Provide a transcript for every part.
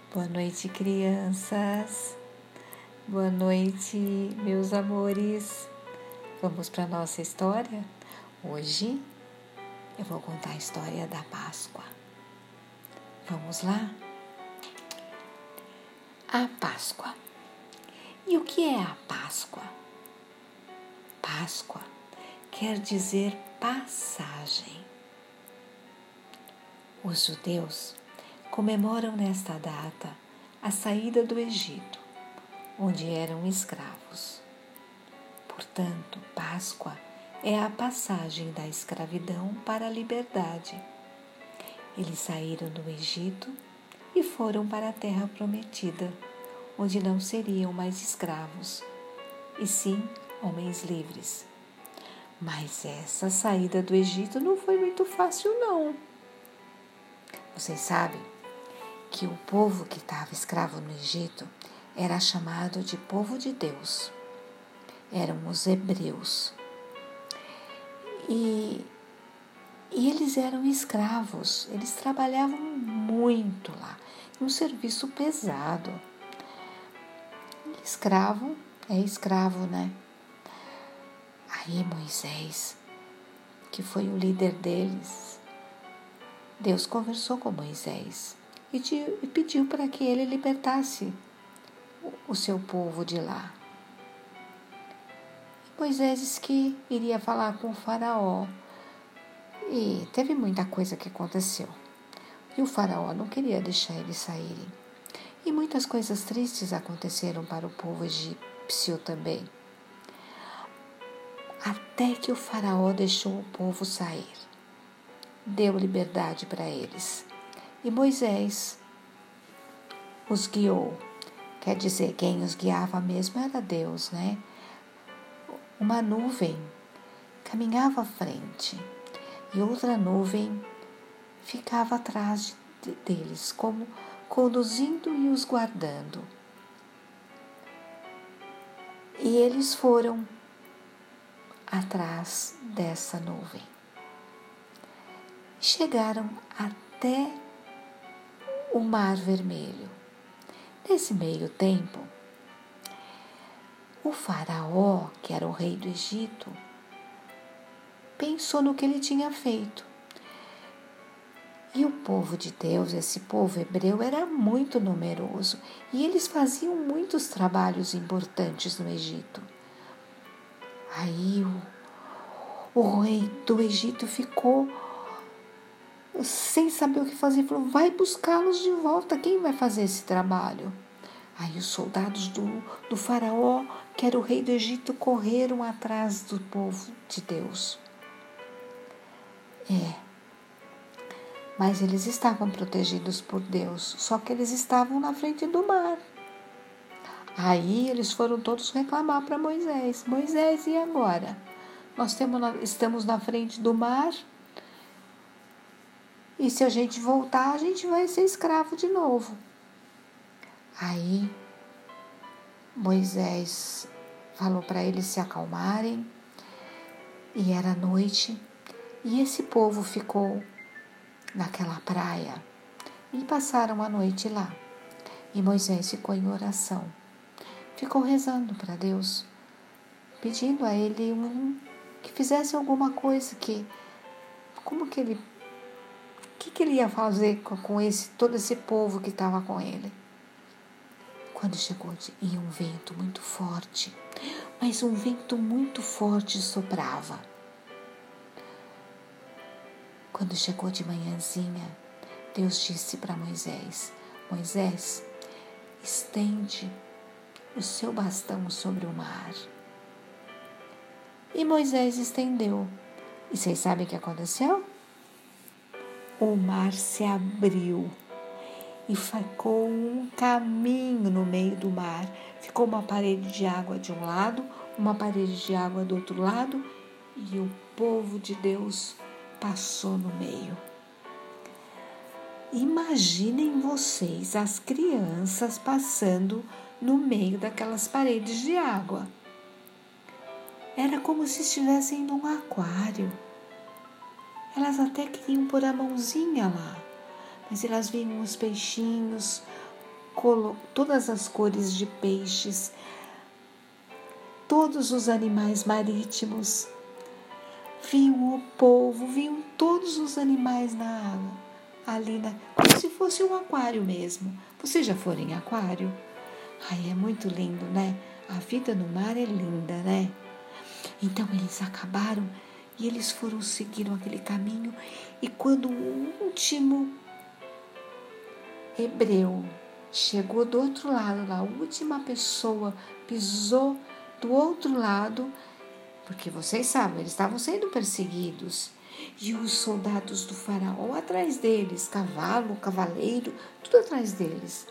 Boa noite, crianças. Boa noite, meus amores. Vamos para a nossa história? Hoje eu vou contar a história da Páscoa. Vamos lá? A Páscoa. E o que é a Páscoa? Páscoa quer dizer passagem. Os judeus comemoram nesta data a saída do Egito, onde eram escravos. Portanto, Páscoa é a passagem da escravidão para a liberdade. Eles saíram do Egito e foram para a terra prometida, onde não seriam mais escravos, e sim homens livres. Mas essa saída do Egito não foi muito fácil, não. Vocês sabem que o povo que estava escravo no Egito era chamado de povo de Deus. Eram os hebreus. E eles eram escravos, eles trabalhavam muito lá, um serviço pesado. Escravo é escravo, né? Aí Moisés, que foi o líder deles, Deus conversou com Moisés e pediu para que ele libertasse o seu povo de lá. Moisés disse que iria falar com o faraó e teve muita coisa que aconteceu. E o faraó não queria deixar eles saírem. E muitas coisas tristes aconteceram para o povo egípcio também. Até que o faraó deixou o povo sair. Deu liberdade para eles. E Moisés os guiou. Quer dizer, quem os guiava mesmo era Deus, né? Uma nuvem caminhava à frente e outra nuvem ficava atrás deles, como conduzindo e os guardando. E eles foram atrás dessa nuvem. Chegaram até o Mar Vermelho. Nesse meio tempo, o faraó, que era o rei do Egito, pensou no que ele tinha feito. E o povo de Deus, esse povo hebreu, era muito numeroso e eles faziam muitos trabalhos importantes no Egito. Aí o rei do Egito ficou sem saber o que fazer, falou: vai buscá-los de volta, quem vai fazer esse trabalho? Aí os soldados do faraó, que era o rei do Egito, correram atrás do povo de Deus. Mas eles estavam protegidos por Deus, só que eles estavam na frente do mar. Aí eles foram todos reclamar para Moisés: Moisés, e agora? Nós estamos na frente do mar e se a gente voltar, a gente vai ser escravo de novo. Aí Moisés falou para eles se acalmarem e era noite e esse povo ficou naquela praia e passaram a noite lá. E Moisés ficou em oração, ficou rezando para Deus, pedindo a ele que fizesse alguma coisa, o que ele ia fazer com todo esse povo que estava com ele. Quando chegou, ia um vento muito forte, mas um vento muito forte soprava. Quando chegou de manhãzinha, Deus disse para Moisés: Moisés, estende o seu bastão sobre o mar. E Moisés estendeu. E vocês sabem o que aconteceu? O mar se abriu e ficou um caminho no meio do mar. Ficou uma parede de água de um lado, uma parede de água do outro lado, e o povo de Deus passou no meio. Imaginem vocês, as crianças passando no meio daquelas paredes de água. Era como se estivessem num aquário. Elas até queriam pôr a mãozinha lá, mas elas viam os peixinhos todas as cores de peixes, todos os animais marítimos. Viu o povo, viu todos os animais na água, como se fosse um aquário mesmo. Vocês já foram em aquário? Ai, é muito lindo, né? A vida no mar é linda, né? Então eles acabaram e eles seguiram aquele caminho, e quando o último hebreu chegou do outro lado, lá, a última pessoa pisou do outro lado, porque vocês sabem, eles estavam sendo perseguidos, e os soldados do faraó atrás deles, cavalo, cavaleiro, tudo atrás deles.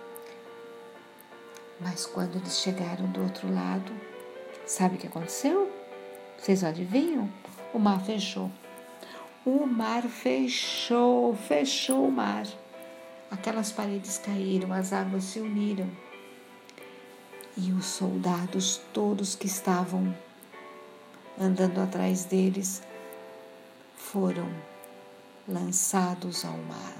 Mas quando eles chegaram do outro lado, sabe o que aconteceu? Vocês adivinham? O mar fechou. O mar fechou o mar. Aquelas paredes caíram, as águas se uniram. E os soldados todos que estavam andando atrás deles foram lançados ao mar.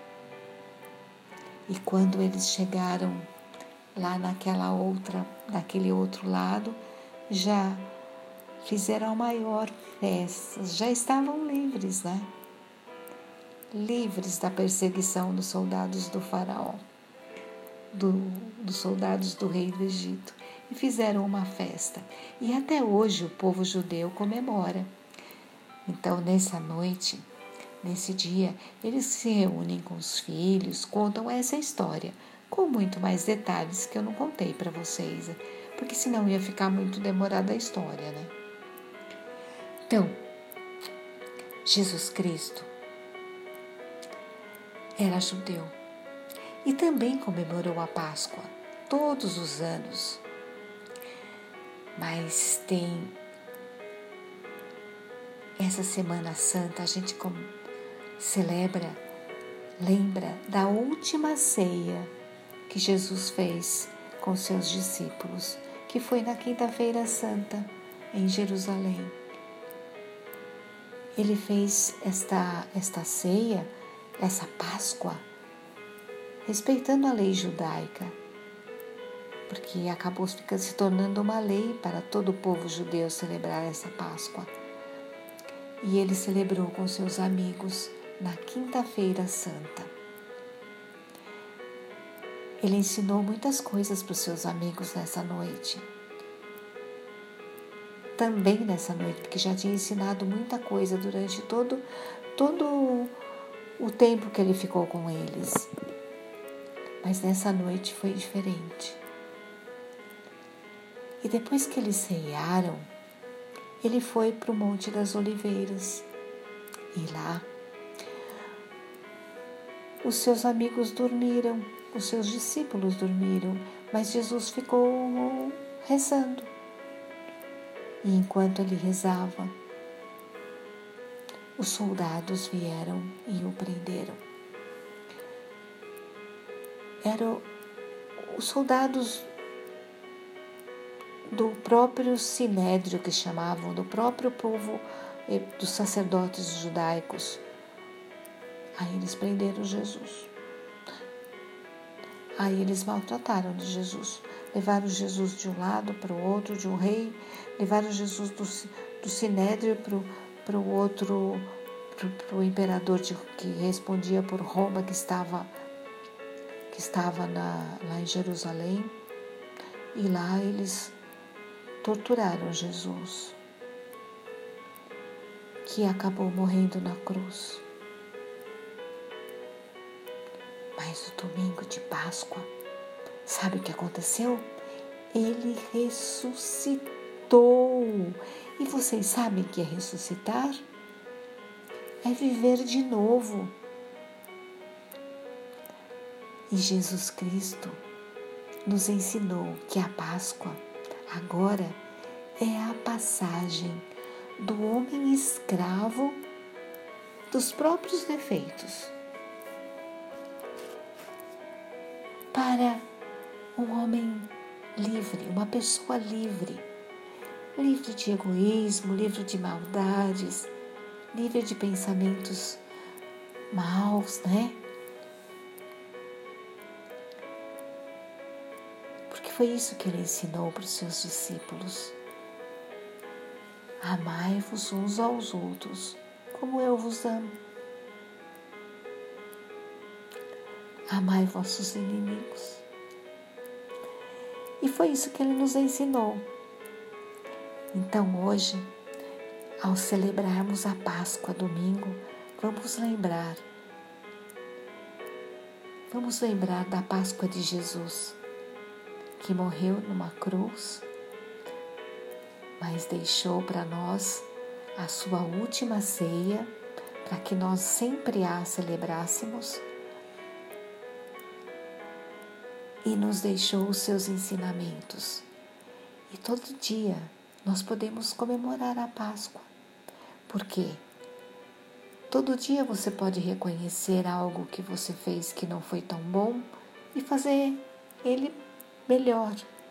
E quando eles chegaram lá naquele outro lado, já fizeram a maior festa, já estavam livres, né? Livres da perseguição dos soldados do faraó, dos soldados do rei do Egito, e fizeram uma festa. E até hoje o povo judeu comemora. Então, nessa noite, nesse dia, eles se reúnem com os filhos, contam essa história, com muito mais detalhes que eu não contei para vocês, porque senão ia ficar muito demorada a história, né? Então, Jesus Cristo era judeu e também comemorou a Páscoa todos os anos. Mas tem essa Semana Santa, a gente lembra da última ceia que Jesus fez com seus discípulos, que foi na Quinta-feira Santa, em Jerusalém. Ele fez esta ceia, essa Páscoa, respeitando a lei judaica, porque acabou se tornando uma lei para todo o povo judeu celebrar essa Páscoa. E ele celebrou com seus amigos na Quinta-feira Santa. Ele ensinou muitas coisas para os seus amigos nessa noite. Também nessa noite, porque já tinha ensinado muita coisa durante todo o tempo que ele ficou com eles. Mas nessa noite foi diferente. E depois que eles cearam, ele foi para o Monte das Oliveiras. E lá, os seus amigos dormiram, os seus discípulos dormiram, mas Jesus ficou rezando. E enquanto ele rezava, os soldados vieram e o prenderam. Eram os soldados do próprio Sinédrio, que chamavam, do próprio povo, dos sacerdotes judaicos. Aí eles prenderam Jesus. Aí eles maltrataram de Jesus. Levaram Jesus de um lado para o outro, de um rei. Levaram Jesus do Sinédrio para o outro, para o imperador que respondia por Roma, que estava lá em Jerusalém. E lá eles torturaram Jesus, que acabou morrendo na cruz. Mas no domingo de Páscoa, sabe o que aconteceu? Ele ressuscitou. E vocês sabem o que é ressuscitar? É viver de novo. E Jesus Cristo nos ensinou que a Páscoa agora é a passagem do homem escravo dos próprios defeitos para um homem livre, uma pessoa livre de egoísmo, livre de maldades, livre de pensamentos maus, né? porque foi isso que ele ensinou para os seus discípulos. Amai-vos uns aos outros, como eu vos amo. Amai vossos inimigos. E foi isso que ele nos ensinou. Então hoje, ao celebrarmos a Páscoa domingo, vamos lembrar da Páscoa de Jesus, que morreu numa cruz, mas deixou para nós a sua última ceia, para que nós sempre a celebrássemos, e nos deixou os seus ensinamentos. E todo dia nós podemos comemorar a Páscoa, porque todo dia você pode reconhecer algo que você fez que não foi tão bom e fazer ele melhor.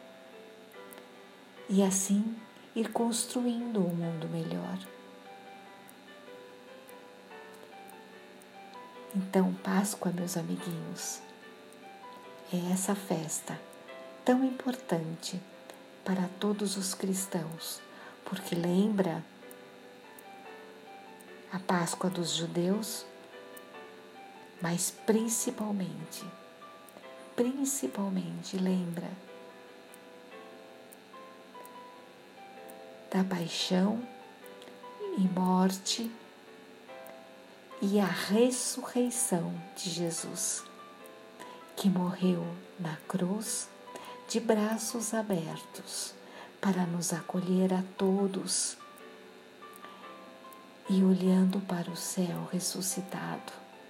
E assim ir construindo um mundo melhor. Então, Páscoa, meus amiguinhos, é essa festa tão importante para todos os cristãos, porque lembra a Páscoa dos judeus, mas principalmente lembra da paixão e morte e a ressurreição de Jesus, que morreu na cruz de braços abertos para nos acolher a todos e olhando para o céu ressuscitado,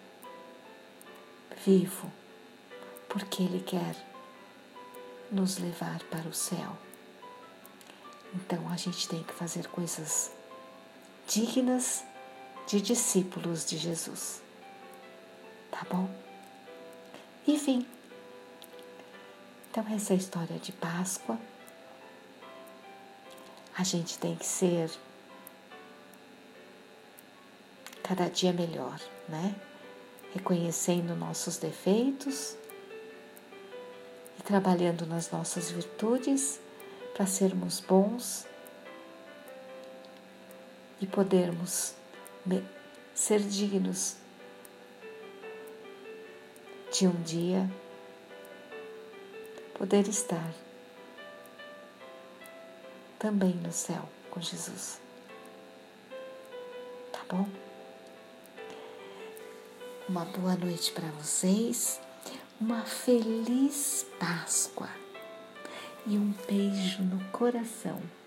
vivo, porque Ele quer nos levar para o céu. Então a gente tem que fazer coisas dignas de discípulos de Jesus, tá bom? Enfim, então essa é a história de Páscoa. A gente tem que ser cada dia melhor, né? Reconhecendo nossos defeitos e trabalhando nas nossas virtudes para sermos bons e podermos ser dignos de um dia poder estar também no céu com Jesus. Tá bom? Uma boa noite para vocês, uma feliz Páscoa e um beijo no coração.